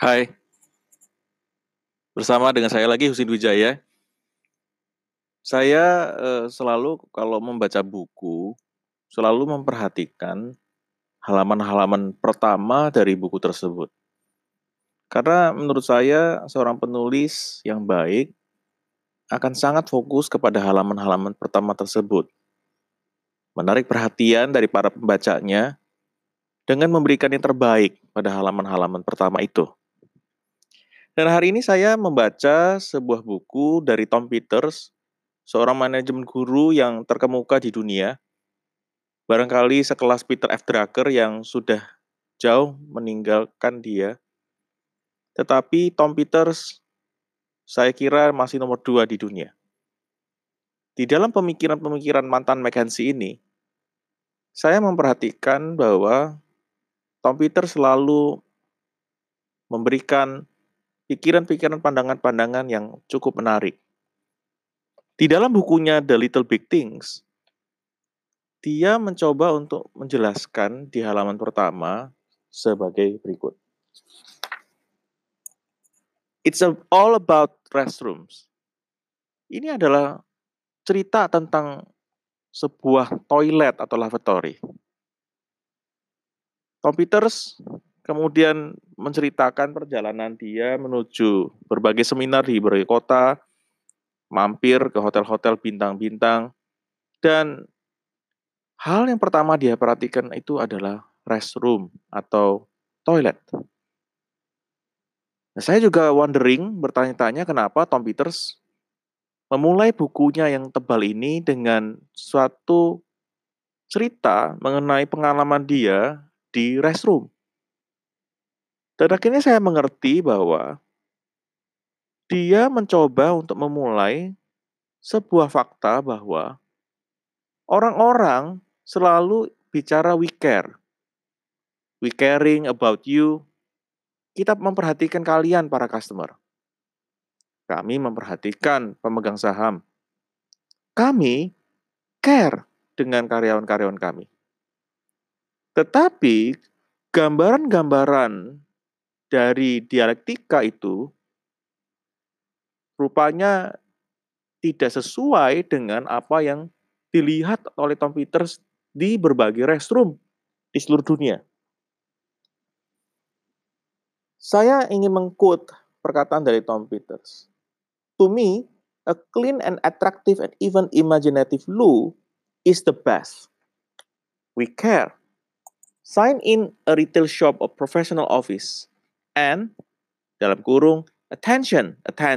Hai, bersama dengan saya lagi Husin Wijaya. Saya selalu kalau membaca buku, selalu memperhatikan halaman-halaman pertama dari buku tersebut. Karena menurut saya seorang penulis yang baik akan sangat fokus kepada halaman-halaman pertama tersebut. Menarik perhatian dari para pembacanya dengan memberikan yang terbaik pada halaman-halaman pertama itu. Dan hari ini saya membaca sebuah buku dari Tom Peters, seorang manajemen guru yang terkemuka di dunia, barangkali sekelas Peter F. Drucker yang sudah jauh meninggalkan dia. Tetapi Tom Peters, saya kira masih nomor 2 di dunia. Di dalam pemikiran-pemikiran mantan McKinsey ini, saya memperhatikan bahwa Tom Peters selalu memberikan pikiran-pikiran pandangan-pandangan yang cukup menarik. Di dalam bukunya The Little Big Things, dia mencoba untuk menjelaskan di halaman pertama sebagai berikut. It's all about restrooms. Ini adalah cerita tentang sebuah toilet atau lavatory. Tom Peters kemudian menceritakan perjalanan dia menuju berbagai seminar di berbagai kota, mampir ke hotel-hotel bintang-bintang, dan hal yang pertama dia perhatikan itu adalah restroom atau toilet. Nah, saya juga bertanya-tanya kenapa Tom Peters memulai bukunya yang tebal ini dengan suatu cerita mengenai pengalaman dia di restroom. Dan akhirnya saya mengerti bahwa dia mencoba untuk memulai sebuah fakta bahwa orang-orang selalu bicara we care. We caring about you. Kita memperhatikan kalian para customer. Kami memperhatikan pemegang saham. Kami care dengan karyawan-karyawan kami. Tetapi gambaran-gambaran dari dialektika itu rupanya tidak sesuai dengan apa yang dilihat oleh Tom Peters di berbagai restroom di seluruh dunia. Saya ingin meng-quote perkataan dari Tom Peters. To me, a clean and attractive and even imaginative loo is the best. We care. Sign in a retail shop or professional office and dalam kurung attention,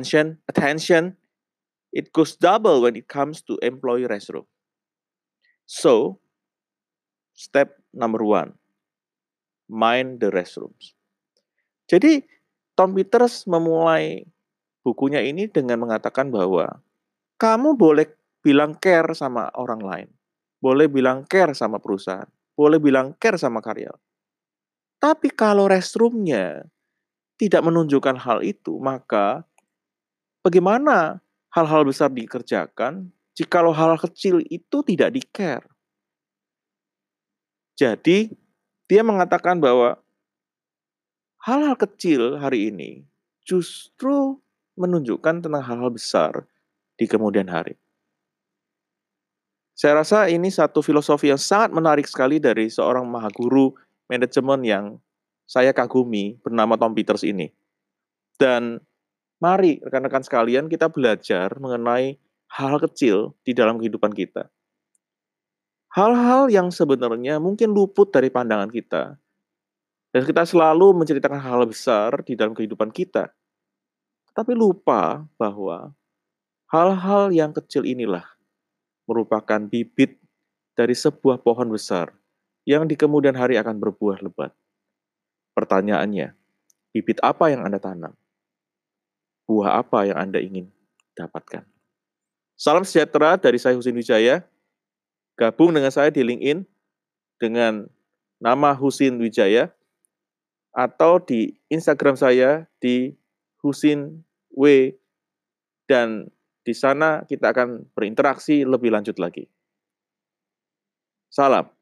it goes double when it comes to employee restroom. So, step number 1, mind the restrooms. Jadi, Tom Peters memulai bukunya ini dengan mengatakan bahwa kamu boleh bilang care sama orang lain, boleh bilang care sama perusahaan, boleh bilang care sama karyawan. Tapi kalau restroomnya tidak menunjukkan hal itu, maka bagaimana hal-hal besar dikerjakan jikalau hal kecil itu tidak di-care? Jadi, dia mengatakan bahwa hal-hal kecil hari ini justru menunjukkan tentang hal-hal besar di kemudian hari. Saya rasa ini satu filosofi yang sangat menarik sekali dari seorang mahaguru manajemen yang saya kagumi bernama Tom Peters ini. Dan mari rekan-rekan sekalian kita belajar mengenai hal kecil di dalam kehidupan kita. Hal-hal yang sebenarnya mungkin luput dari pandangan kita. Dan kita selalu menceritakan hal besar di dalam kehidupan kita. Tapi lupa bahwa hal-hal yang kecil inilah merupakan bibit dari sebuah pohon besar yang di kemudian hari akan berbuah lebat. Pertanyaannya, bibit apa yang Anda tanam? Buah apa yang Anda ingin dapatkan? Salam sejahtera dari saya Husin Wijaya. Gabung dengan saya di LinkedIn dengan nama Husin Wijaya atau di Instagram saya di Husin W, dan di sana kita akan berinteraksi lebih lanjut lagi. Salam.